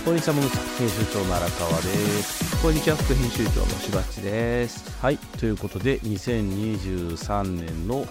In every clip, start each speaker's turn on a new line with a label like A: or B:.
A: こんにちは、モノチック編集長の荒川です。
B: こんにちは、副編集長のしばっちです。
A: はい、ということで2023年の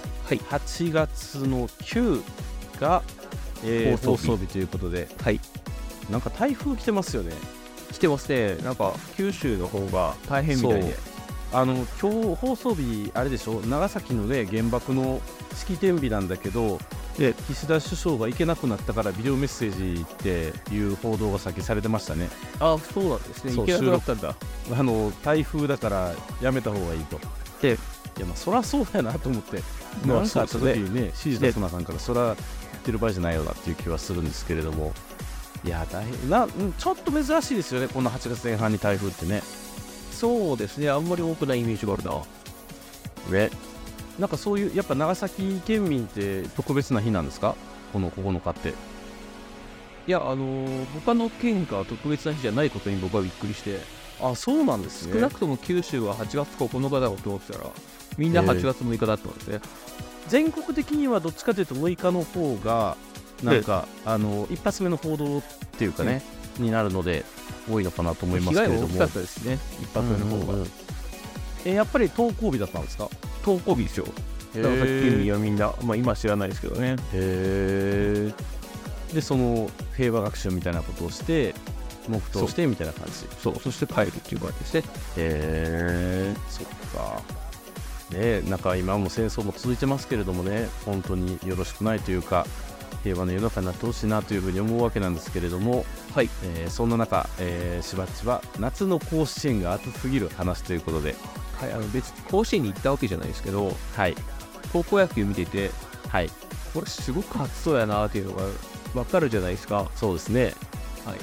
A: 8月の9が、放送日ということで、
B: はい、
A: なんか台風来てますよね。
B: 来てますね。なんか九州の方が大変みたいで、
A: 今日放送日あれでしょ、長崎のね原爆の式典日なんだけど、で岸田首相が行けなくなったからビデオメッセージっていう報道が先されてましたね。
B: あ、そうなんですね。
A: そう、
B: 行けなくなったんだ。
A: 台風だからやめた方がいいと。で、いや、まあそりゃそうやなと思って、
B: まあ
A: なんかあった時にね、指示出
B: で
A: さなあかんから、そりゃ言ってる場合じゃないよなっていう気はするんですけれども、いや大変な、ちょっと珍しいですよね、この8月前半に台風ってね。
B: そうですね。あんまり多くないイメージがあるな。
A: ね、なんかそういう、やっぱ長崎県民って特別な日なんですか、この9日って。
B: いや、他の県が特別な日じゃないことに僕はびっくりして、
A: あ、そうなんですね。
B: 少なくとも九州は8月9日だろうと思ってたら、みんな8月6日だったんですね。
A: 全国的にはどっちかというと6日の方がなんか一発目の報道っていうかね、になるので多いのかなと思いますけれども、
B: 被害は大きかったですね、一発目の方が。
A: やっぱり登校日だったんですか。
B: 登校日ですよ。長崎県民はみんな、まあ今知らないですけどね。
A: へー。でその平和学習みたいなことをして黙祷してみたいな感じ。
B: そう、そして帰るっていう感じですね。
A: そっかね。なんか今も戦争も続いてますけれどもね、本当によろしくないというか、平和な世の中になってほしいなというふうに思うわけなんですけれども、
B: はい、
A: そんな中、しばっちは夏の甲子園が熱すぎる話ということで、
B: はい、別に甲子園に行ったわけじゃないですけど、
A: はい、
B: 高校野球見てて、
A: はい、
B: これすごく熱そうやなっていうのが分かるじゃないですか。
A: そうですね。
B: はい、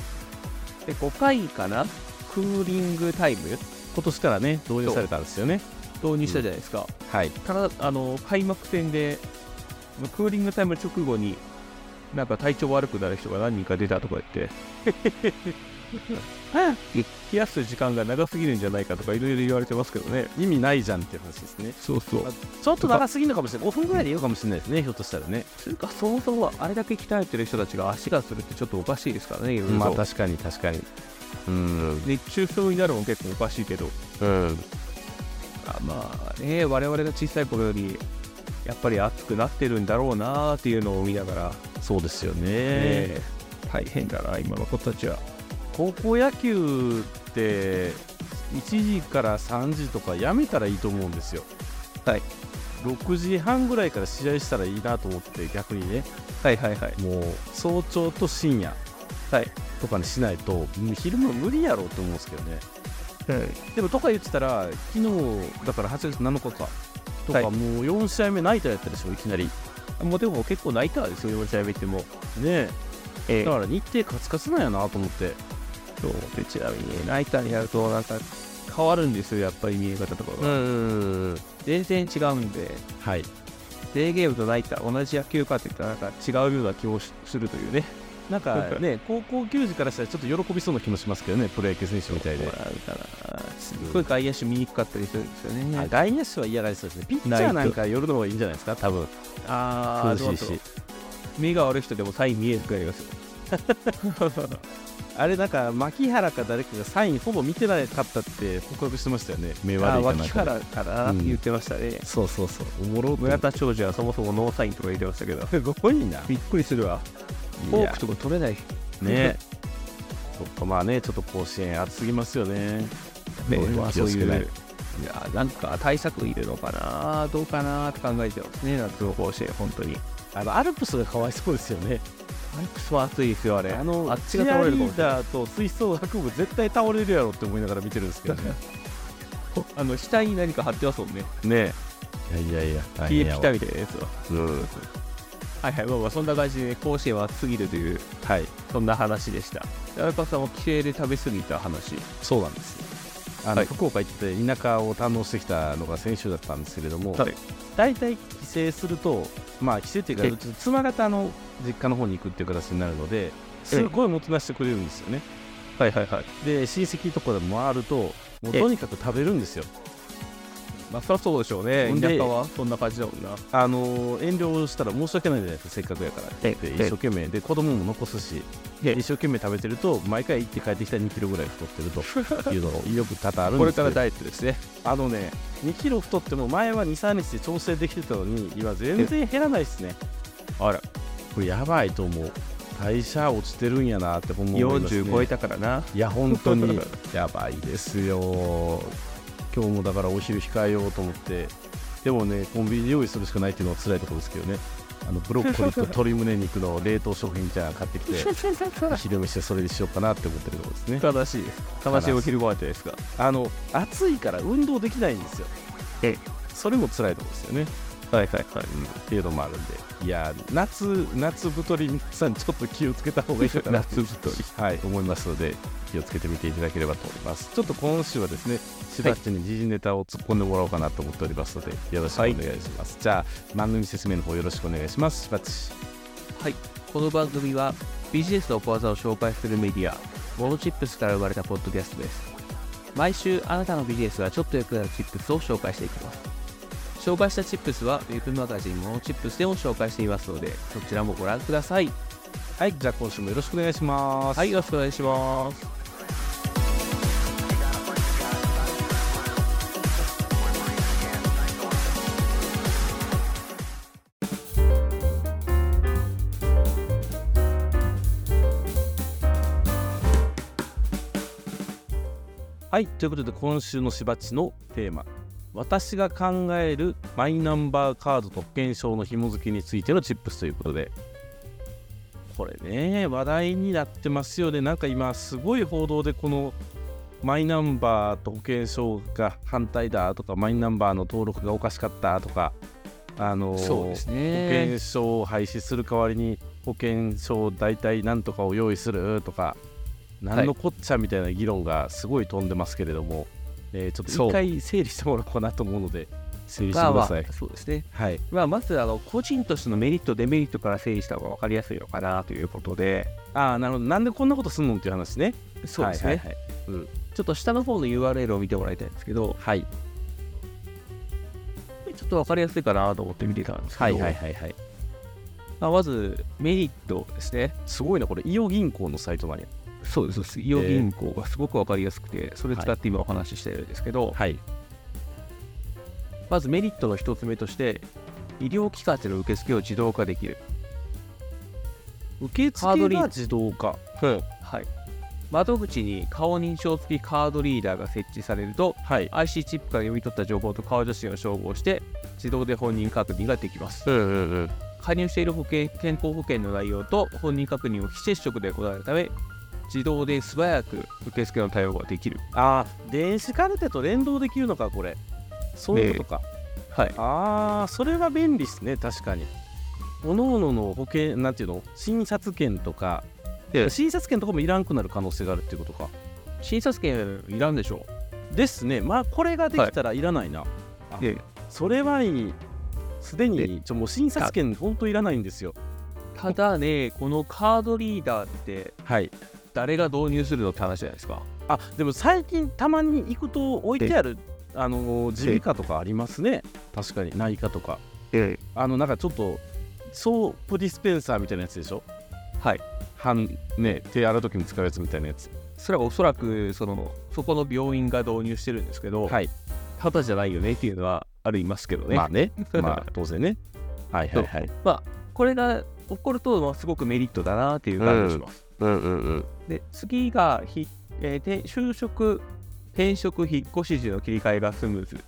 B: で5回かな、クーリングタイム
A: 今年からね導入されたんですよね。
B: 導入したじゃないですか。
A: はい。
B: ただ開幕戦でクーリングタイム直後になんか体調悪くなる人が何人か出たとか言って冷やす時間が長すぎるんじゃないかとかいろいろ言われてますけどね。
A: 意味ないじゃんっていう話ですね。
B: そうそう、
A: ちょっと長すぎるのかもしれない。5分ぐらいでいいのかもしれないですね、ひょっとしたらね。
B: それか、そもそもあれだけ鍛えてる人たちが足がするってちょっとおかしいですからね。
A: まあ確かに確かに。
B: 熱中症になるのも結構おかしいけど、まあね、我々が小さい頃よりやっぱり暑くなってるんだろうなっていうのを見ながら、
A: そうですよね。
B: 大変だな今の子たちは。
A: 高校野球って1時から3時とかやめたらいいと思うんですよ。
B: はい、
A: 6時半ぐらいから試合したらいいなと思って、逆にね。
B: はいはいはい。
A: もう早朝と深夜とかにしないと昼間無理やろうと思うんですけどね。でもとか言ってたら、昨日だから8月7日かとか、もう4試合目ナイターやったでしょ、いきなり。
B: もうでも結構ナイターですよ、4試合目っても
A: ねえ、だから日程カツカツなんやなと思って。
B: そうで、ちなみにナイターにやるとなんか変わるんですよ、やっぱり見え方とかが。全然違うんで、
A: はい、
B: デーゲームとナイター同じ野球かって言ったらなんか違うような気もするというね。
A: なんかね高校球児からしたらちょっと喜びそうな気もしますけどね、プロ野球選手みたいで。
B: すごい外野手見にくかったりするんですよね。
A: 外野手は嫌がりそうですね。ピッチャーなんか夜の方がいいんじゃないですか、多分。涼しいし、
B: 目が悪い人でもサイン見えるくらいですよ。
A: あれなんか牧原か誰かがサインほぼ見てなかったって告白してましたよね。目悪いかな。
B: 牧原から言ってましたね。
A: そうそうそう、おもろ。
B: 村田長治はそもそもノーサインとか言ってましたけど、
A: すごいな、
B: びっくりするわ。フォークとか取れない
A: ね。そっか、まあね、ちょっと甲子園暑すぎますよね。
B: そういう、いやなんか対策いるのかな、どうかなって考えてますね、夏の甲子園。本当に
A: アルプスがかわいそうですよね。
B: アルプスは暑いですよ、あれ。あっちが
A: チアリーダーと吹奏楽部絶対倒れるやろって思いながら見てるんですけどね。
B: 額に何か貼ってますもんね。
A: ねえ、いや
B: 消えピタみたいなやつは。はいはい、まあそんな感じで甲子園は暑すぎるという、そんな話でした。荒川さんは帰省で食べ過ぎた話。
A: そうなんですよ。福岡行って田舎を堪能してきたのが先週だったんですけれども、大体帰省すると、まあ帰省っていうか妻方の実家の方に行くっていう形になるので、すごいもてなしてくれるんですよね。で親戚とかでも回ると、もうとにかく食べるんですよ。
B: まあそりゃそうでしょうね。田舎はそんな感じだもんな。
A: 遠慮したら申し訳ないじゃないですか、せっかくやからって一生懸命で子供も残すし、一生懸命食べてると毎回行って帰ってきたら2キロぐらい太ってるというのがよく多々あるんですけど、
B: これからダイエットですね。
A: 2キロ太っても前は 2,3 日で調整できてたのに今全然減らないですね。
B: あら、
A: これやばいと思う。代謝落ちてるんやなって思いますね。
B: 40超えたからな。
A: いや本当にやばいですよ。今日もだからお昼控えようと思って、でもねコンビニで用意するしかないっていうのは辛いところですけどね。ブロッコリーと鶏胸肉の冷凍食品じゃ買ってきて昼飯でそれにしようかなって思ってるところですね。
B: 正しいです。正しいお昼ご飯じゃないですか。
A: 暑いから運動できないんですよ。それも辛いところですよね。
B: はいはいはい、
A: っていうのもあるんで、いや夏太り皆さんちょっと気をつけた方がいいかな
B: 夏太り、
A: はい、思いますので気をつけてみていただければと思います。ちょっと今週はですねしばっちに時事ネタを突っ込んでもらおうかなと思っておりますのでよろしくお願いします、じゃあ番組説明の方よろしくお願いします。しばっち。
B: はい、この番組はビジネスの小技を紹介するメディアモノチップスから生まれたポッドキャストです。毎週あなたのビジネスがちょっと役立つチップスを紹介していきます。紹介したチップスはウェブマガジンモノチップスでも紹介していますのでそちらもご覧ください。
A: はい、じゃあ今週もよろしくお願いします。
B: はい、よろしくお願いします。
A: はい、ということで今週のしばっちのテーマ、私が考えるマイナンバーカードと保険証の紐付けについてのチップスということで、これね話題になってますよね。なんか今すごい報道でこのマイナンバーと保険証が反対だとかマイナンバーの登録がおかしかったとか、
B: そうですね、
A: 保険証を廃止する代わりに保険証代替なんとかを用意するとか何のこっちゃみたいな議論がすごい飛んでますけれども、ちょっと一回整理してもらおうかなと思うので整理してください。
B: そうですね、
A: はい。
B: まず個人としてのメリットデメリットから整理した方が分かりやすいのかなということで、
A: なるほど、なんでこんなことすんのっていう話ね。
B: そうですね、ちょっと下の方の URL を見てもらいたいんですけど、
A: はい、
B: ちょっと分かりやすいかなと思って見てたんですけど、まずメリットですね。
A: すごいな、これ伊予銀行のサイトなんや。
B: そうです、伊予銀行がすごく分かりやすくて、それ使って今お話ししてるんですけど、まずメリットの一つ目として、医療機関での受付を自動化できる。
A: 受付が自動化、
B: 窓口に顔認証付きカードリーダーが設置されると、IC チップから読み取った情報と顔写真を照合して自動で本人確認ができます。加入している健康保険の内容と本人確認を非接触で行うため、自動で素早く受付の対応ができる。
A: 電子カルテと連動できるのか、これ。そういうことか。それは便利ですね、確かに。各々の保険、なんていうの、診察券とか、診察券とかもいらんくなる可能性があるっていうことか。
B: 診察券いらんでしょ
A: うですね。これができたらいらないな。それはいい。すでにもう診察券本当いらないんですよ。
B: ただね、このカードリーダーって誰が導入するのって話じゃないですか。
A: でも最近たまに行くと置いてある耳鼻科とかありますね。確かに内科とか。なんかちょっとソープディスペンサーみたいなやつでしょ。手洗う時に使うやつみたいなやつ。
B: それはおそらくそこの病院が導入してるんですけど、ただじゃないよねっていうのはいますけどね。
A: 当然ね。
B: これが起こるとすごくメリットだなっていう感じがします。で次が就職転職引っ越し時の切り替えがスムーズ。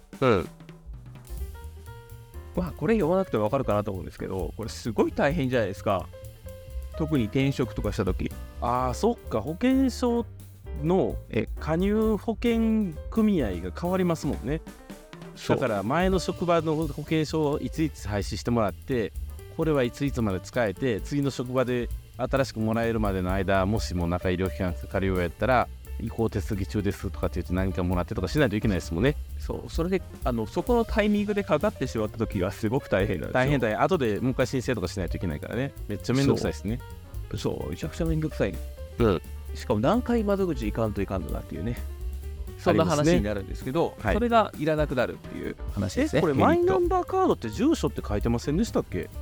B: これ読まなくても分かるかなと思うんですけど、これすごい大変じゃないですか。特に転職とかした時。
A: そっか、保険証の加入保険組合が変わりますもんね。だから前の職場の保険証をいついつ廃止してもらって、これはいついつまで使えて、次の職場で新しくもらえるまでの間、もしも医療機関かかるようやったら移行手続き中ですとかって言って何かもらってとかしないといけないですもんね。
B: それでそこのタイミングでかかってしまった時はすごく大変なんですよ。
A: 大変後でもう一回申請とかしないといけないからね。めっちゃめんどくさいですね。
B: めちゃくちゃめんどくさい。しかも何回窓口行かんといかんのだっていうね。 そんな話になるんですけど、
A: はい、
B: それがいらなくなるっていう話ですね。
A: これマイナンバーカードって住所って書いてませんでしたっけ？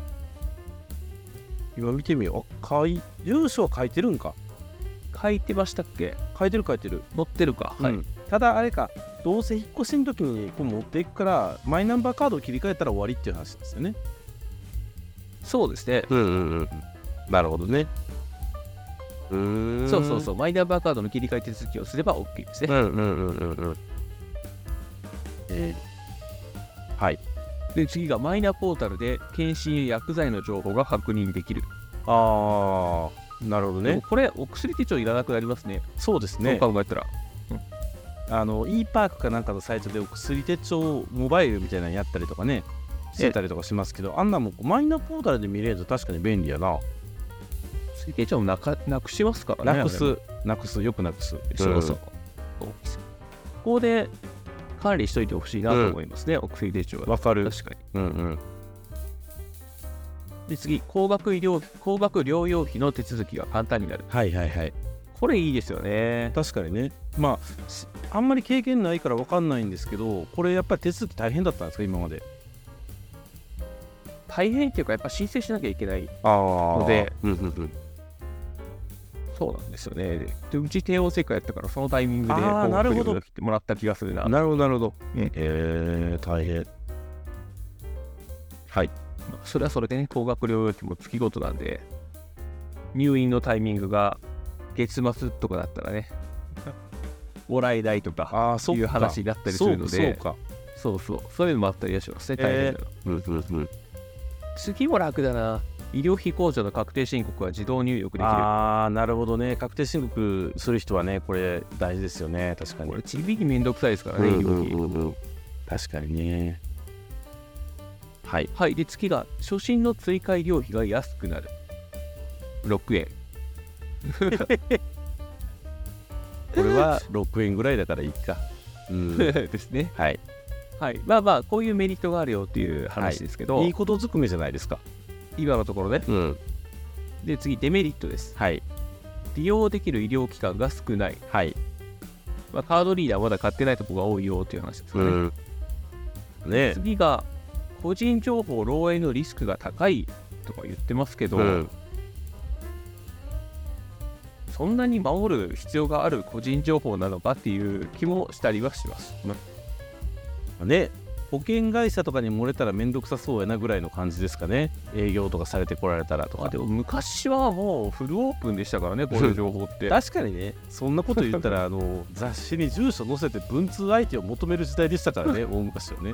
A: 今見てみよう。住所は書いてるんか。
B: 書いてましたっけ？
A: 書いてる載
B: ってるか、はい。
A: ただあれか、どうせ引っ越しの時にこう持っていくからマイナンバーカードを切り替えたら終わりっていう話ですよね。
B: そうですね。
A: なるほどね。
B: そうマイナンバーカードの切り替え手続きをすれば OK ですね。
A: はい。
B: で次がマイナポータルで検診や薬剤の情報が確認できる。
A: ああ、なるほどね。
B: これお薬手帳いらなくなりますね。
A: そうですね。
B: そう考えたら、
A: e パークかなんかのサイトでお薬手帳モバイルみたいなのやったりとかねしてたりとかしますけど、あんなもんマイナポータルで見れると確かに便利やな。
B: 薬手帳もなくしますからね。
A: なくすよくなくす。
B: ここで管理しといてほしいなと思いますね、お薬手帳は。
A: わかる。
B: 確かに。で次、高額療養費の手続きが簡単になる。これいいですよね。
A: 確かにね。まああんまり経験ないから分かんないんですけど、これやっぱり手続き大変だったんですか、今まで。
B: 大変っていうか、やっぱ申請しなきゃいけないので、そうなんですよね。でうち帝王切開やったから、そのタイミングで高額療養費ってもらった気がするな。
A: なるほど。大変。はい。
B: それはそれでね、高額療養費も月ごとなんで、入院のタイミングが月末とかだったらね、もらい代とかいう話になったりするので、そういうのもあったりしますね、大変なの。次も楽だな。医療費控除の確定申告は自動入力できる。
A: なるほどね。確定申告する人はね、これ大事ですよね。確かに。
B: これ、地味にめんどくさいですからね、医療費。
A: 確かにね。はい。
B: で、次が、初診の追加医療費が安くなる。6円。
A: これは6円ぐらいだからいいか。
B: ですね。まあ、こういうメリットがあるよっていう話ですけど。
A: いいことずくめじゃないですか。
B: 今のところね。で、次、デメリットです。利用できる医療機関が少ない。カードリーダーまだ買ってないところが多いよっていう話ですかね。次が、個人情報漏洩のリスクが高いとか言ってますけど、そんなに守る必要がある個人情報なのかっていう気もしたりはします
A: ね。保険会社とかに漏れたらめんどくさそうやなぐらいの感じですかね。営業とかされてこられたらとか。
B: でも昔はもうフルオープンでしたからね、こういう情報って
A: 確かにね。そんなこと言ったら雑誌に住所載せて文通相手を求める時代でしたからね、大昔はね。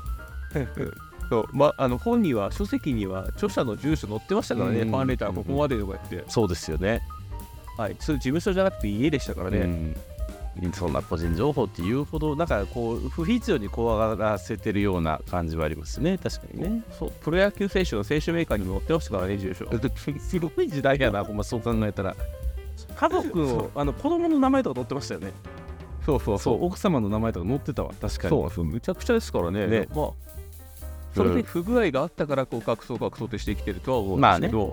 B: 本には書籍には著者の住所載ってましたからね。ファンレターここまでとか言って。
A: そうですよね。
B: それ事務所じゃなくて家でしたからね。
A: そんな個人情報っていうほどなんかこう不必要に怖がらせてるような感じはありますね。確かにね。
B: プロ野球選手の選手メーカーにも載ってましたからね、住所。
A: すごい時代やな、そう考えたら。家族の子供の名前とか載ってましたよね。奥様の名前とか載ってたわ。確かに。
B: むちゃくちゃですからね。それで不具合があったからこう隠そうってしてきてるとは思うんですけど、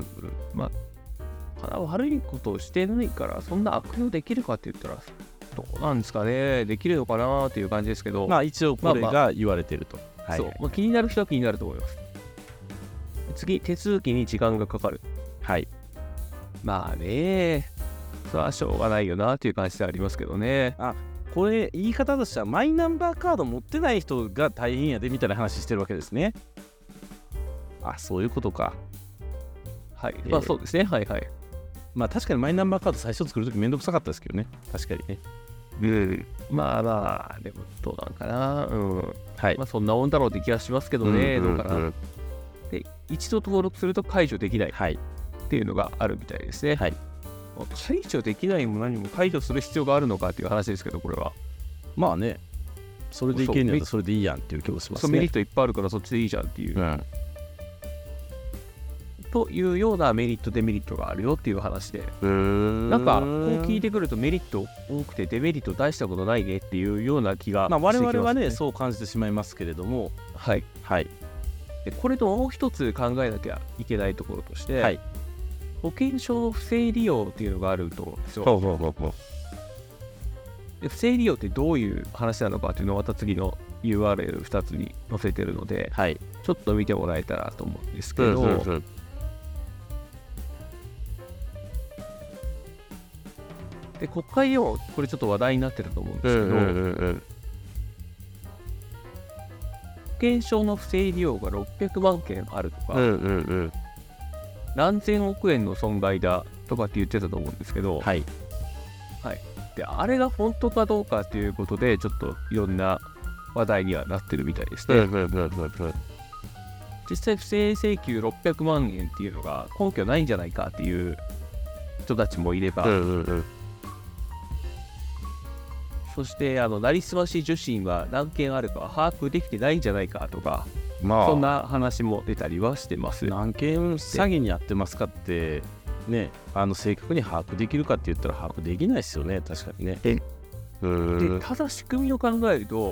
B: 悪いことをしてないからそんな悪用できるかって言ったらどうなんですかね。できるのかなっていう感じですけど、
A: 一応これが言われてると。
B: 気になる人は気になると思います。次、手続きに時間がかかる。まあね、それはしょうがないよなっていう感じでありますけどね。
A: これ言い方としてはマイナンバーカード持ってない人が大変やでみたいな話してるわけですね。そういうことか。
B: そうですね。
A: 確かにマイナンバーカード最初作るときめんどくさかったですけどね。確かにね。
B: でもどうなんかな。そんなもんだろうって気がしますけどね。どうかな。で、一度登録すると解除できないっていうのがあるみたいですね。解除できないも何も解除する必要があるのかっていう話ですけど、これは。
A: それでいけんのやったらそれでいいやんっていう気もしますね。
B: メリットいっぱいあるからそっちでいいじゃんっていう。というようなメリットデメリットがあるよっていう話で、なんかこう聞いてくるとメリット多くてデメリット大したことないねっていうような気がしてきますね。
A: 我々はねそう感じてしまいますけれども、
B: でこれともう一つ考えなきゃいけないところとして、保険証の不正利用っていうのがあると思うんですよ。 不正利用ってどういう話なのかっていうのをまた次の URL2 つに載せてるので、
A: はい、
B: ちょっと見てもらえたらと思うんですけど、で国会でもこれちょっと話題になってると思うんですけど、保険証の不正利用が600万件あるとか、何千億円の損害だとかって言ってたと思うんですけど、
A: はい、
B: はい、であれが本当かどうかということでちょっといろんな話題にはなってるみたいですね。実際不正請求600万円っていうのが根拠ないんじゃないかっていう人たちもいれば、そしてなりすまし受信は何件あるかは把握できてないんじゃないかとか、そんな話も出たりはしてます。
A: 何件詐欺にやってますかってね、正確に把握できるかって言ったら把握できないですよね、確かにね。
B: でただ仕組みを考えると、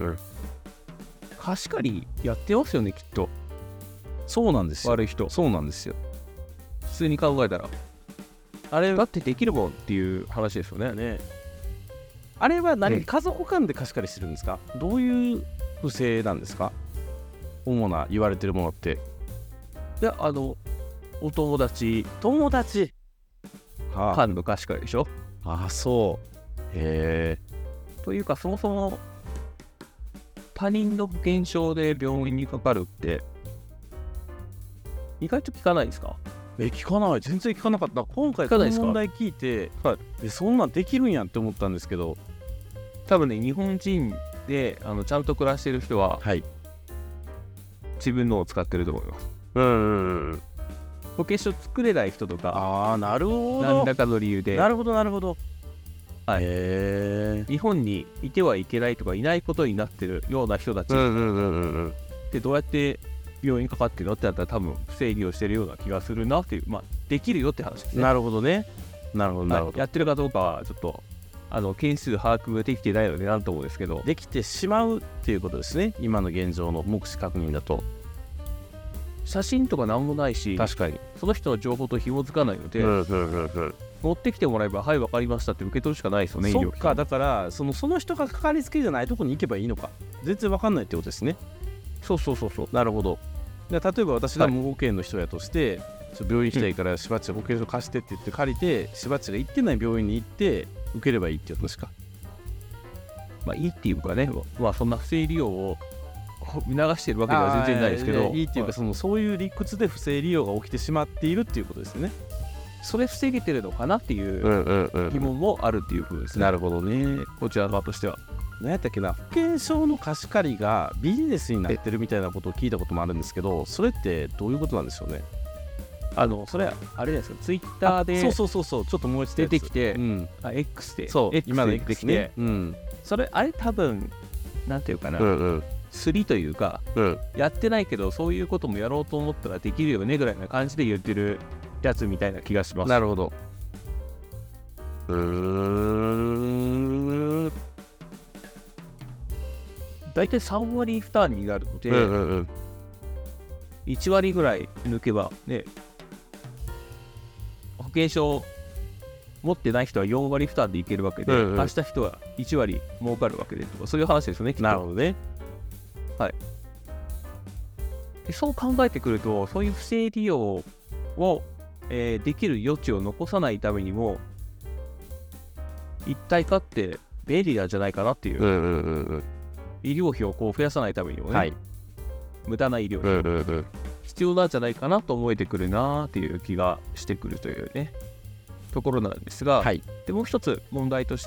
B: 貸し借りやってますよね、きっと。
A: そうなんですよ。
B: 悪い人。
A: そうなんですよ。
B: 普通に考えたら。あれだってできるもんっていう話ですよね。
A: あれは何、家族間で貸し借りしてるんですか？どういう不正なんですか？主な言われてるものって。
B: いや、お友達間の貸し借りでしょ。
A: ああ、そう。へえ。
B: というか、そもそも他人の保険証で病院にかかるって意外と聞かないですか？
A: 聞かない。全然聞かなかった。今回この問題聞いて、そんなんできるんやって思ったんですけど、
B: 多分ね、日本人でちゃんと暮らしてる人は、自分のを使ってると思います。保険証作れない人とか、
A: なるほど、
B: 何らかの理由で、
A: なるほど。
B: はい、日本にいてはいけないとかいないことになってるような人たちで、どうやって病院にかかってるのってなったら多分不正利用してるような気がするなっていう、できるよって話ですね。
A: なるほどね。なるほど。
B: やってるかどうかはちょっと件数把握ができてないのでなんともですけど、
A: できてしまうっていうことですね、今の現状の目視確認だと。
B: 写真とかなんもないし、
A: 確かに
B: その人の情報と紐づかないので、持ってきてもらえばはい分かりましたって受け取るしかないですよね。
A: そっか、だからその人がかかりつけじゃないとこに行けばいいのか、全然分かんないってことですね。
B: そう。
A: なるほど。例えば私が無保険の人やとして、病院行きたいからしばっち保険証貸してって言って借りて、しばっちが行ってない病院に行って受ければいいってことですか？
B: いいっていうかね、そんな不正利用を促しているわけでは全然ないですけど、
A: いいっていうか、そういう理屈で不正利用が起きてしまっているっていうことですね。
B: それ防げてるのかなっていう疑問もあるっていうことですね。
A: なるほどね。
B: こちら側としては。
A: 何やったっけな、保険証の貸し借りがビジネスになってるみたいなことを聞いたこともあるんですけど、それってどういうことなんでしょうね。
B: それあれですか、ツイッターで
A: そうちょっともう一度
B: 出てきて、X で
A: 今の
B: X で出てきて、それあれ多分なんていうかな、すりというか、やってないけどそういうこともやろうと思ったらできるよねぐらいな感じで言ってるやつみたいな気がします。
A: なるほど。
B: だいたい3割負担になるので、1割ぐらい抜けばね、保険証持ってない人は4割負担でいけるわけで、貸した人は1割儲かるわけでとか、そういう話ですよね。
A: なるほどね。
B: でそう考えてくると、そういう不正利用を、できる余地を残さないためにも、一体化って便利なんじゃないかなっていう、医療費を増やさないためにもね、無駄な医療費、必要なんじゃないかなと思えてくるなっていう気がしてくるというねところなんですが、でもう一つ問題として、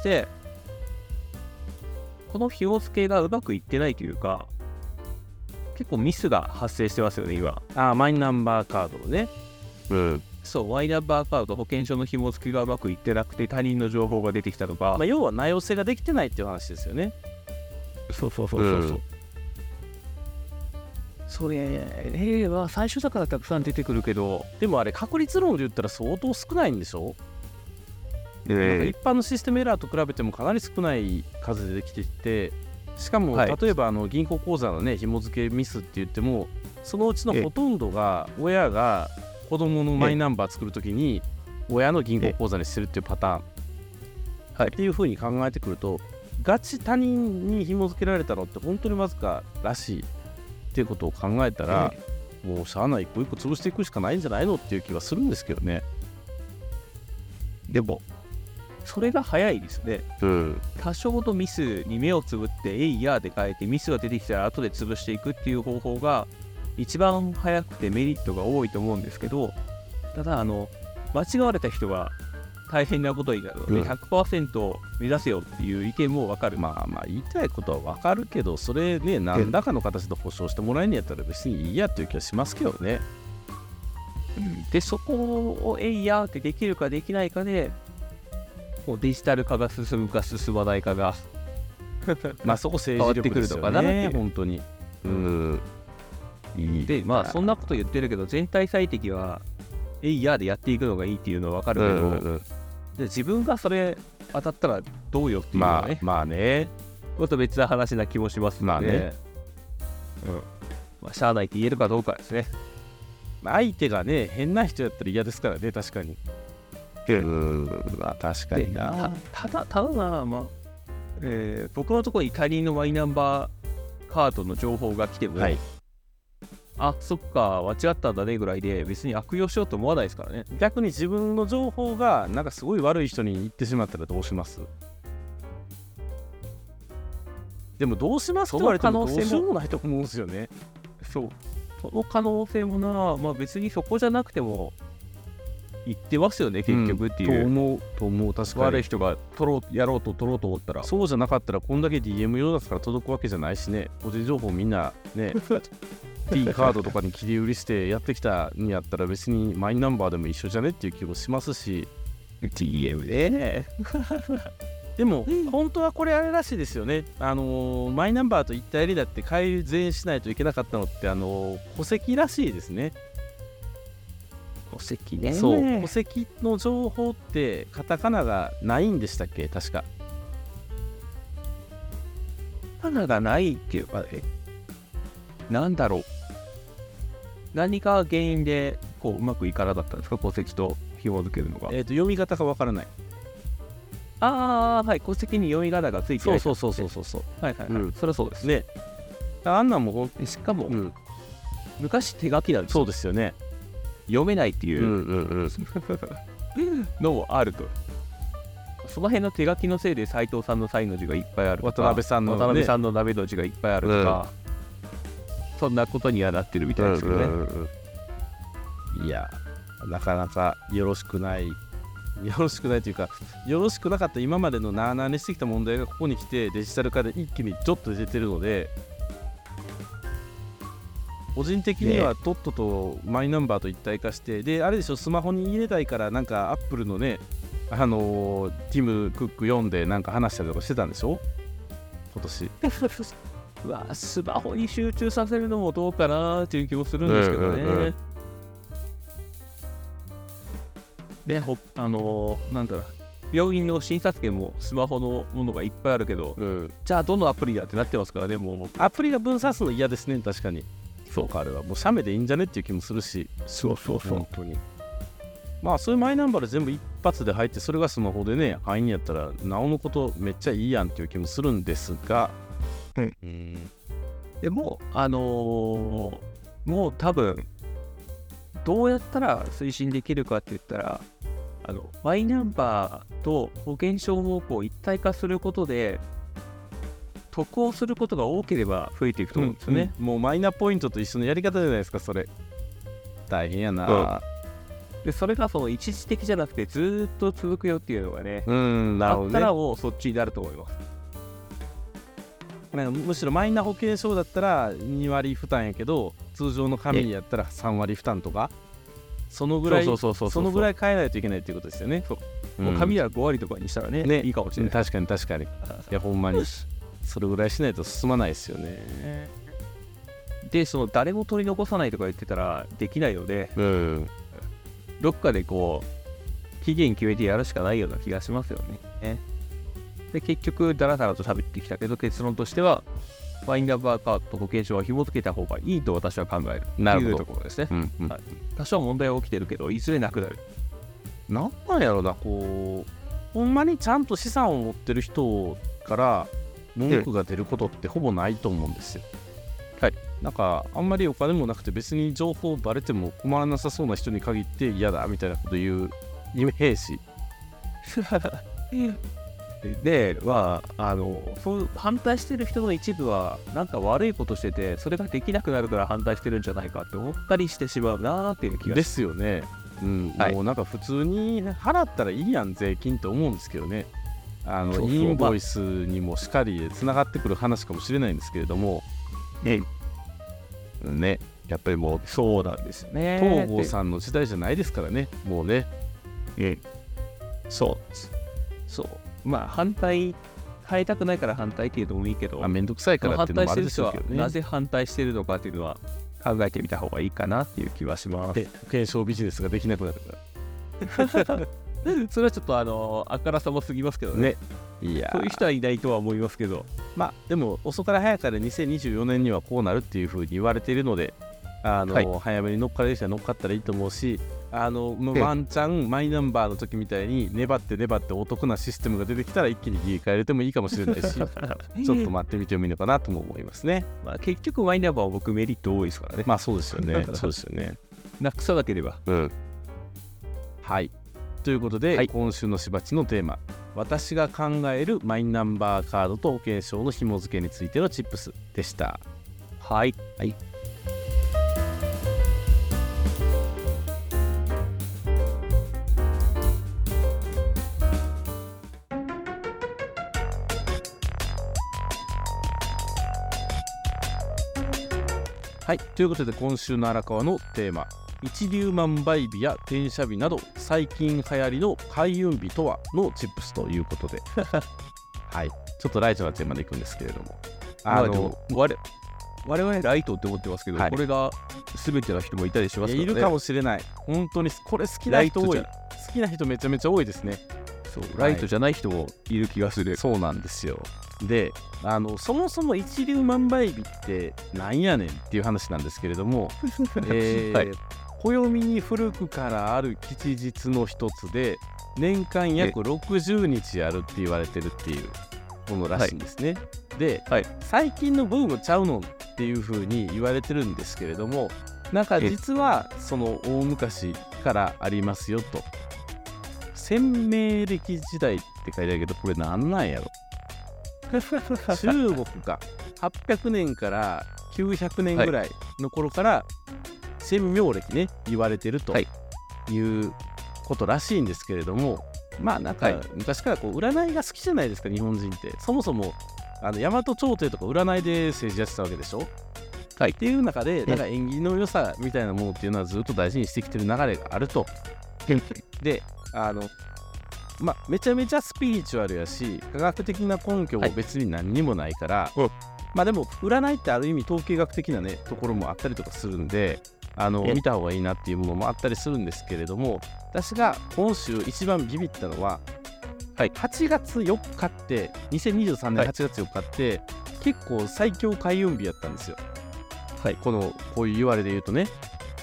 B: この紐付けがうまくいってないというか、結構ミスが発生してますよね今。
A: マイナンバーカードのね。
B: そう、マイナンバーカード、保険証の紐付けがうまくいってなくて他人の情報が出てきたとか、
A: 要は名寄せができてないっていう話ですよね。
B: そう。それは最初だからたくさん出てくるけど、
A: でもあれ確率論で言ったら相当少ないんでしょ。一般のシステムエラーと比べてもかなり少ない数でできてきて、しかも、例えば銀行口座のね紐付けミスって言っても、そのうちのほとんどが親が子供のマイナンバー作るときに親の銀行口座にしてるっていうパターン、っていうふうに考えてくると、 ガチ他人に紐付けられたのって本当にわずからしいっていうことを考えたら、もうしゃあない一個一個潰していくしかないんじゃないのっていう気はするんですけどね。
B: でもそれが早いですね。多少のミスに目をつぶってエイヤーで変えて、ミスが出てきたら後で潰していくっていう方法が一番早くてメリットが多いと思うんですけど、ただ間違われた人が大変なことになるので、100% 目指せよっていう意見も分かる。
A: まあ言いたいことは分かるけど、それね何らかの形で保証してもらえんやったら別にいいやっていう気はしますけどね。
B: でそこをエイヤーってできるかできないかで、もうデジタル化が進むか進まないかが
A: まあそこ政治力ですよね、本当に。
B: でそんなこと言ってるけど、全体最適はエイヤーでやっていくのがいいっていうのは分かるけど、で自分がそれ当たったらどうよっていうのはね、
A: まあね、
B: ちょっと別な話な気もしますので、しゃあないって言えるかどうかですね。
A: 相手がね変な人やったら嫌ですからね、確かに。確かにな。
B: ただな、僕のところに他人のマイナンバーカードの情報が来ても、あ、そっか間違ったんだねぐらいで別に悪用しようと思わないですからね。
A: 逆に自分の情報がなんかすごい悪い人に行ってしまったらどうします？でもどうしますって言われてもどうしようもないと思うんですよね。
B: その可能性もな、別にそこじゃなくても言ってますよね、結局っていう。
A: と思う、確かに。
B: 悪い人がやろうと思ったら。
A: そうじゃなかったら、こんだけ DM 用だから届くわけじゃないしね、個人情報みんなね、T カードとかに切り売りしてやってきたんやったら、別にマイナンバーでも一緒じゃねっていう気もしますし、
B: DM ね。
A: でも、本当はこれあれらしいですよね。マイナンバーと一体だって改善しないといけなかったのって、戸籍らしいですね。
B: 戸籍ね。
A: そう、戸籍の情報ってカタカナがないんでしたっけ、確か。
B: カタカナがないっていうかね、なんだろう。何か原因でうまくいかなかったんですか、戸籍と紐付けるのが。
A: 読み方がわからない。
B: はい、戸籍に読み仮名がついてない。
A: そう。
B: はい、それはそうですね。
A: あんなんも
B: しかも、昔手書きなんです
A: よ。そうですよね。
B: 読めないっていうのもあると。その辺の手書きのせいで斉藤さんのサイの字がいっぱいあるとか、
A: 渡辺さんの
B: 鍋の字がいっぱいあるとか、そんなことにはなってるみたいですけどね。
A: いや、なかなかよろしくないというか、よろしくなかった今までのなあなあにしてきた問題がここに来てデジタル化で一気にちょっと出てるので、個人的にはとっととマイナンバーと一体化して、であれでしょ、スマホに入れたいからなんかアップルのね、ティム・クック読んでなんか話したりとかしてたんでしょ、今年。
B: スマホに集中させるのもどうかなっていう気もするんですけどね。で、なんだろう、病院の診察券もスマホのものがいっぱいあるけど、じゃあどのアプリだってなってますからね、もう。
A: アプリが分散するの嫌ですね、確かに。そうか、あれはもう写メでいいんじゃねっていう気もするし。
B: そう。
A: 本当に。そういうマイナンバーで全部一発で入って、それがスマホでね、入んやったら、なおのことめっちゃいいやんっていう気もするんですが、
B: でも、もう多分、どうやったら推進できるかって言ったら、マイナンバーと保険証を一体化することで得をすることが多ければ増えていくと思うんですよね。
A: もうマイナポイントと一緒のやり方じゃないですか、それ。大変やな。
B: でそれがその一時的じゃなくてずっと続くよっていうのがね、
A: なるほどね。
B: あったらもうそっちになると思います。
A: むしろマイナ保険証だったら2割負担やけど、通常の紙やったら3割負担とか、そのぐらい変えないといけないっていうことですよね。
B: もう紙は5割とかにしたらね、いいかもしれない。
A: 確かに。いや、ほんまにそれぐらいしないと進まないですよね。
B: で、その誰も取り残さないとか言ってたらできないので、どっかで期限決めてやるしかないような気がしますよね。で、結局ダラダラと喋ってきたけど、結論としてはマイナンバーカードと保険証は紐付けた方がいいと私は考えるというところですね。多少問題は起きてるけど、いずれなくなる。
A: なんやろな、ほんまにちゃんと資産を持ってる人から文句が出ることってほぼないと思うんですよ。
B: はい。
A: なんかあんまりお金もなくて別に情報バレても困らなさそうな人に限って嫌だみたいなこと言うイメージ
B: でそう反対してる人の一部はなんか悪いことしててそれができなくなるから反対してるんじゃないかって思ったりしてしまうなーっていう気が
A: ですよね。
B: はい、
A: もうなんか普通に払ったらいいやん税金って思うんですけどね。
B: そう
A: インボイスにもしっかりつながってくる話かもしれないんですけれどもね、やっぱりもう
B: そうなんですよね。
A: 東郷さんの時代じゃないですからね、もうね。
B: そうまあ反対変えたくないから反対っていうのもいいけど、
A: めんどくさいからっていうのもあるでしょうけどね。
B: なぜ反対してるのかっていうのは考えてみた方がいいかなっていう気はします。
A: で、保険証ビジネスができなくなるから
B: それはちょっとあからさますぎますけどね。
A: いや
B: そういう人はいないとは思いますけど、
A: まあでも遅から早かれ2024年にはこうなるっていうふうに言われているので、早めに乗っかれる人は乗っかったらいいと思うし、ワンチャンマイナンバーの時みたいに粘ってお得なシステムが出てきたら一気に切り替えれてもいいかもしれないしちょっと待ってみてもいいのかなとも思いますね。
B: 結局マイナンバーは僕メリット多いですからね。
A: そうですよねそうですよね。
B: なくさなければ。
A: はいということで、今週のしばちのテーマ、私が考えるマイナンバーカードと保険証の紐付けについてのチップスでした。はい。ということで今週の荒川のテーマ、一粒万倍日や転写日など最近流行りの開運日とはのチップスということではい、ちょっとライトなテーマでいくんですけれども、
B: 我々ライトって思ってますけど、これが全ての人もいたりしますからね。
A: いるかもしれない。本当にこれ好きな人多い。好きな人めちゃめちゃ多いですね。
B: ライトじゃない人もいる気がする。
A: そうなんですよ。で、そもそも一粒万倍日ってなんやねんっていう話なんですけれども暦に古くからある吉日の一つで年間約60日あるって言われてるっていうものらしいんですね。で、最近のブームちゃうのっていう風に言われてるんですけれども、なんか実はその大昔からありますよと。鮮明暦時代って書いてあるけど、これなんなんやろ中国か800年から900年ぐらいの頃から鮮明暦ね言われてるということらしいんですけれども、なんか昔からこう占いが好きじゃないですか日本人って。そもそも大和朝廷とか占いで政治やってたわけでしょ。っていう中でなんか縁起の良さみたいなものっていうのはずっと大事にしてきてる流れがあると。でめちゃめちゃスピリチュアルやし科学的な根拠も別に何にもないから、でも占いってある意味統計学的なねところもあったりとかするんで見た方がいいなっていうものもあったりするんですけれども、私が今週一番ビビったのは、8月4日って2023年8月4日って結構最強開運日やったんですよ。こういう言われで言うとね、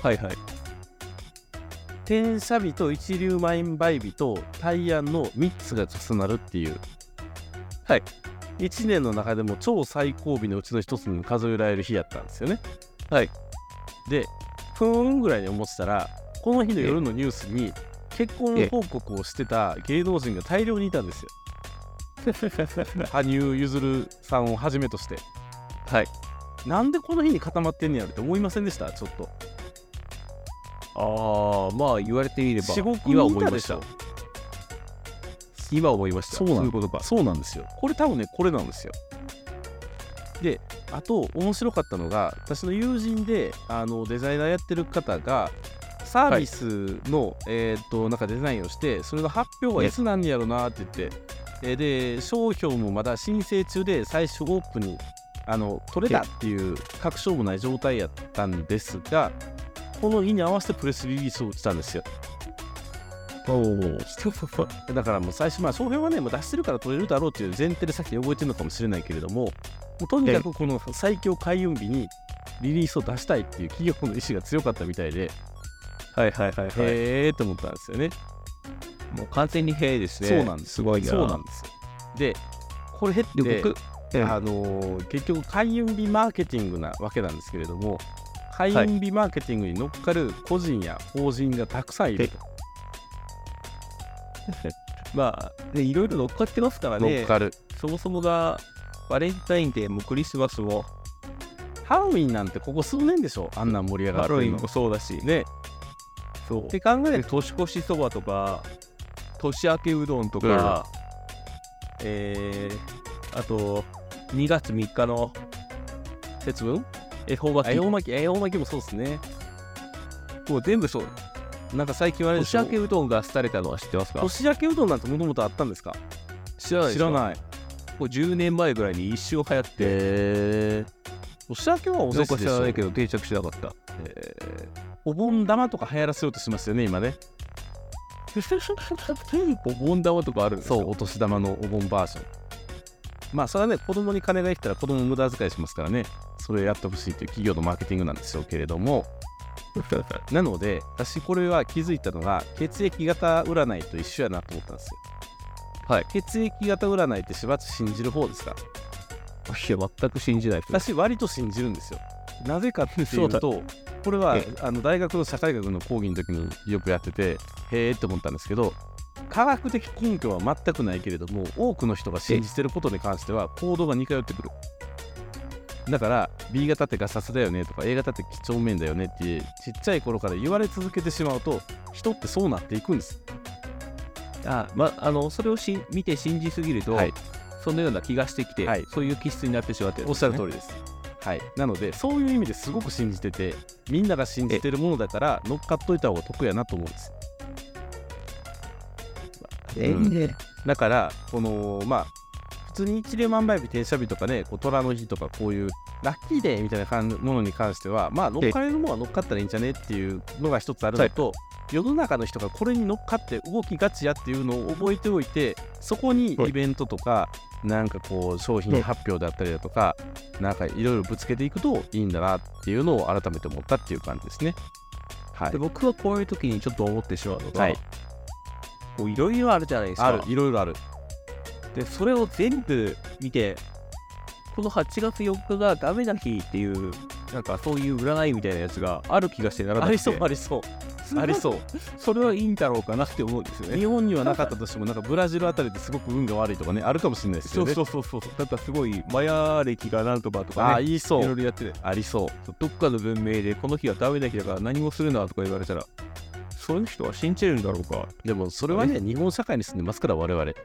A: 転写日と一粒万倍日と大安の3つが重なるっていう、1年の中でも超最高日のうちの一つに数えられる日やったんですよね。で、ふーんぐらいに思ってたら、この日の夜のニュースに結婚報告をしてた芸能人が大量にいたんですよ。羽生結弦さんをはじめとして。なんでこの日に固まってんねやろって思いませんでした？ちょっと。
B: 言われてみれば
A: 今思いました。
B: 今思いました。
A: そうなんですよ。これ多分ねこれなんですよ。で、あと面白かったのが、私の友人でデザイナーやってる方がサービスの、なんかデザインをして、それの発表はいつなんやろなって言って、で商標もまだ申請中で最初オープンに取れたっていう確証もない状態やったんですが、この日に合わせてプレスリリースをしたんですよ。だからもう最初商標はねもう出してるから取れるだろうっていう前提でさっき覚えてるのかもしれないけれども、とにかくこの最強開運日にリリースを出したいっていう企業の意思が強かったみたいで、へーと思ったんですよね。
B: もう完全にへーですね。
A: そうなんです。
B: すごいな。
A: そうなんですよ。で、 これって結局開運日マーケティングなわけなんですけれども、開運日マーケティングに乗っかる個人や法人がたくさんいると。
B: まあ、いろいろ乗っかってますからね。
A: 乗っかる。
B: そもそもがバレンタインデーもクリスマスも
A: ハロウィンなんてここ数年でしょ、あんなん盛り上がってるの。
B: ハロウィンもそうだしね。そうって考えると年越しそばとか年明けうどんとか、あと2月3日の節分恵方巻き
A: もそうですね。
B: もう全部そう。
A: なんか最近は
B: 年明けうどんが廃れたのは知ってますか？
A: 年明けうどんなんてもともとあったんですか？
B: 知らないですか？
A: 知らない。
B: もう10年前ぐらいに一瞬流行って、
A: 年明けはおせちでしょ。
B: 知らないけど定着しなかった。
A: お盆玉とか流行らせようとしますよね今ね。
B: お盆玉とかあるんですよ。
A: そう、お年玉のお盆バージョン。まあそれはね、子供に金が生きたら子供無駄遣いしますからね、それをやってほしいという企業のマーケティングなんでしょうけれどもなので私これは気づいたのが血液型占いと一緒やなと思ったんですよ。
B: はい。
A: 血液型占いってしばち信じる方ですか？
B: いや全く信じない。
A: 私割と信じるんですよ。なぜかっていうとこれは大学の社会学の講義の時によくやっててへーって思ったんですけど、科学的根拠は全くないけれども多くの人が信じてることに関しては行動が似通ってくる。だから B 型ってガサツだよねとか A 型って几帳面だよねってちっちゃい頃から言われ続けてしまうと人ってそうなっていくんです。
B: それを見て信じすぎると、そのような気がしてきて、そういう気質になってしまってるんですね。
A: おっしゃる通りです。はい、なのでそういう意味ですごく信じてて、みんなが信じてるものだから乗っかっといた方が得やなと思うんです。だからこの普通に一粒万倍日転写日とかね、虎の日とかこういうラッキーデーみたいなものに関しては乗っかれるものは乗っかったらいいんじゃねっていうのが一つあるのと、世の中の人がこれに乗っかって動きがちやっていうのを覚えておいて、そこにイベントとかなんかこう商品発表だったりだとかなんかいろいろぶつけていくといいんだなっていうのを改めて思ったっていう感じですね。
B: で僕はこういう時にちょっと思ってしまうのが、いろいろあるじゃないですか。
A: いろいろある。
B: でそれを全部見て、この8月4日がダメな日っていうなんかそういう占いみたいなやつがある気がしてならなくて、
A: ありそう
B: それはいいんだろうかなって思うんですよね。
A: 日本にはなかったとしてもなんかブラジルあたりですごく運が悪いとかねあるかもしれないですよね。
B: そうなんかすごいマヤ歴がなんとかとかね、
A: いろ
B: いろやってて
A: ありそう。
B: どっかの文明でこの日はダメな日だから何もするなとか言われたら、そういう人は信じるんだろうか。
A: でもそれはね、日本社会に住んでますから我々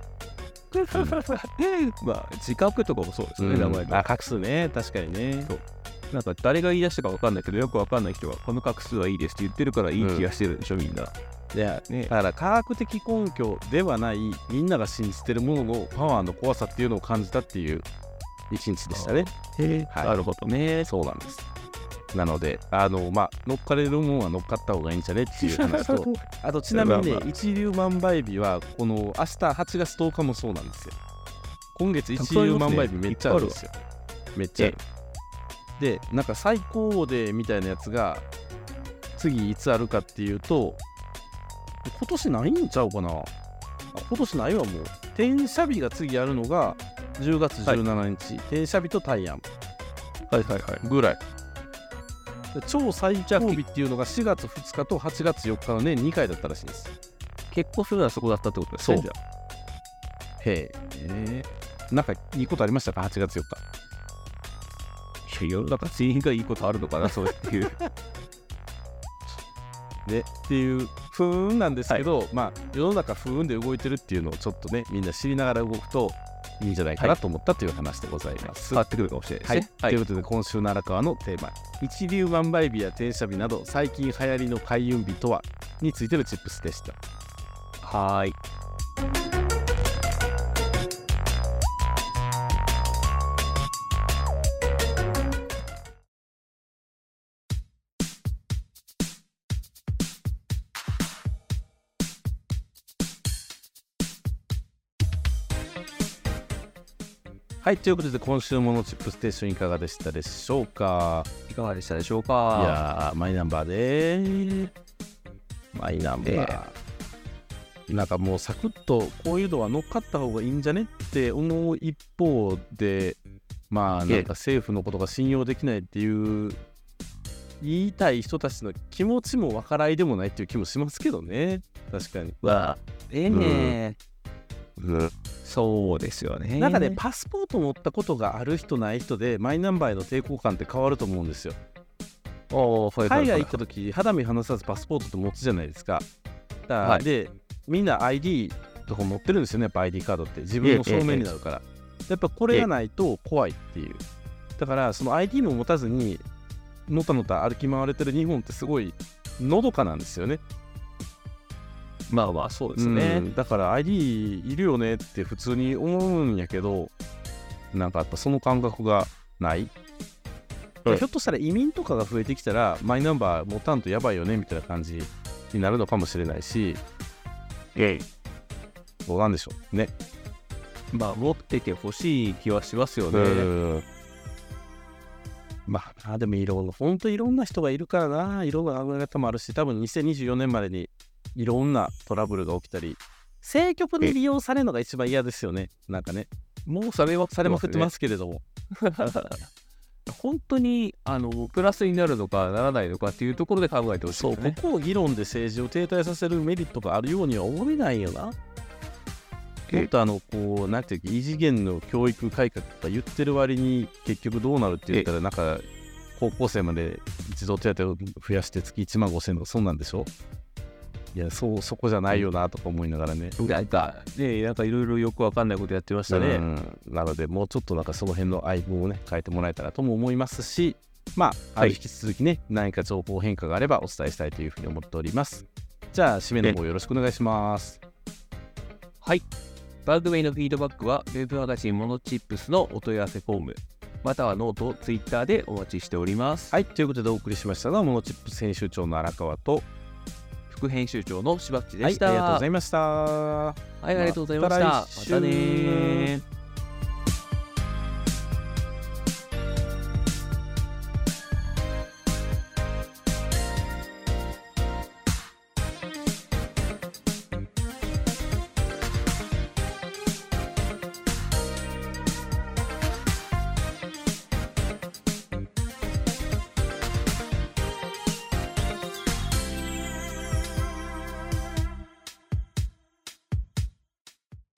B: 自覚とかもそうですね、名前の
A: 画数ね、確かにね。
B: そうなんか誰が言い出したか分かんないけど、よく分かんない人がこの画数はいいですって言ってるからいい気がしてるでしょ、みんな。
A: だから科学的根拠ではないみんなが信じてるもののパワーの怖さっていうのを感じたっていう一日でしたね。
B: なるほどね。
A: そうなんです。なので乗っかれるものは乗っかった方がいいんじゃねっていう話とあとちなみにね、一粒万倍日はこの明日8月10日もそうなんですよ。今月一粒万倍日めっちゃあるんですよ。めっちゃある。でなんか最高デーみたいなやつが次いつあるかっていうと、今年ないんちゃうかな。今年ないわ。もう転写日が次あるのが10月17日、転写日と大安ぐらい。超最高日っていうのが4月2日と8月4日の年2回だったらしいです。
B: 結婚するのはそこだったってことですね。じゃあ
A: なんかいいことありましたか8月4日。
B: 世の中全員がいいことあるのかなそうっていう
A: ねっていう不運なんですけど、世の中不運で動いてるっていうのをちょっとねみんな知りながら動くといいんじゃないかなと思ったという話でございます。
B: 変わってくるかもしれないですね。
A: ということで今週の荒川のテーマ、一粒万倍日や転写日など最近流行りの開運日とはについてのチップスでした。
B: はい。
A: はい、ということで今週ものチップステーションいかがでしたでしょうか。
B: いや
A: ーマイナンバーでマイナンバー、 なんかもうサクッとこういうのは乗っかった方がいいんじゃねって思う一方で、まあなんか政府のことが信用できないっていう言いたい人たちの気持ちもわからいでもないっていう気もしますけどね。確かに。
B: そうですよね。
A: なんかね、パスポート持ったことがある人ない人でマイナンバーへの抵抗感って変わると思うんですよ。海外行った時肌身離さずパスポートって持つじゃないですか。でみんな ID とか持ってるんですよね。やっぱ ID カードって自分の証明になるから、やっぱこれがないと怖いっていう。だからその ID も持たずにのたのた歩き回れてる日本ってすごいのどかなんですよね。
B: まあまあそうですね、
A: だから ID いるよねって普通に思うんやけど、なんかやっぱその感覚がない、ひょっとしたら移民とかが増えてきたらマイナンバー持たんとやばいよねみたいな感じになるのかもしれないし、どうなんでしょうね。
B: まあ持っててほしい気はしますよね。
A: まあでも本当いろんな人がいるからな、いろんな考え方もあるし、多分2024年までにいろんなトラブルが起きたり、政局に利用されるのが一番嫌ですよね。なんかね、
B: もうされま
A: くってますけれども
B: 本当にプラスになるのかならないのかっていうところで考えてほしいですね。
A: そう、ここを議論で政治を停滞させるメリットがあるようには思えないよな。もっとこうなんていうか異次元の教育改革とか言ってる割に結局どうなるって言ったら、なんか高校生まで児童手当を増やして月1万5千円とかそんなんでしょ。いや、そこじゃないよなとか思いながらね、
B: なんかいろいろよくわかんないことやってましたね。
A: なのでもうちょっとなんかその辺の相棒をね変えてもらえたらとも思いますし、まあ、引き続きね何か情報変化があればお伝えしたいというふうに思っております。じゃあ締めの方よろしくお願いします。
B: はい、番組のフィードバックはウェブマガジンモノチップスのお問い合わせフォームまたはノート、ツイッターでお待ちしております。
A: はい、ということでお送りしましたのはモノチップス編集長の荒川と
B: 副編集長の柴口でした。
A: はい、ありがとうございました。
B: はい、ありがとうございました。またね。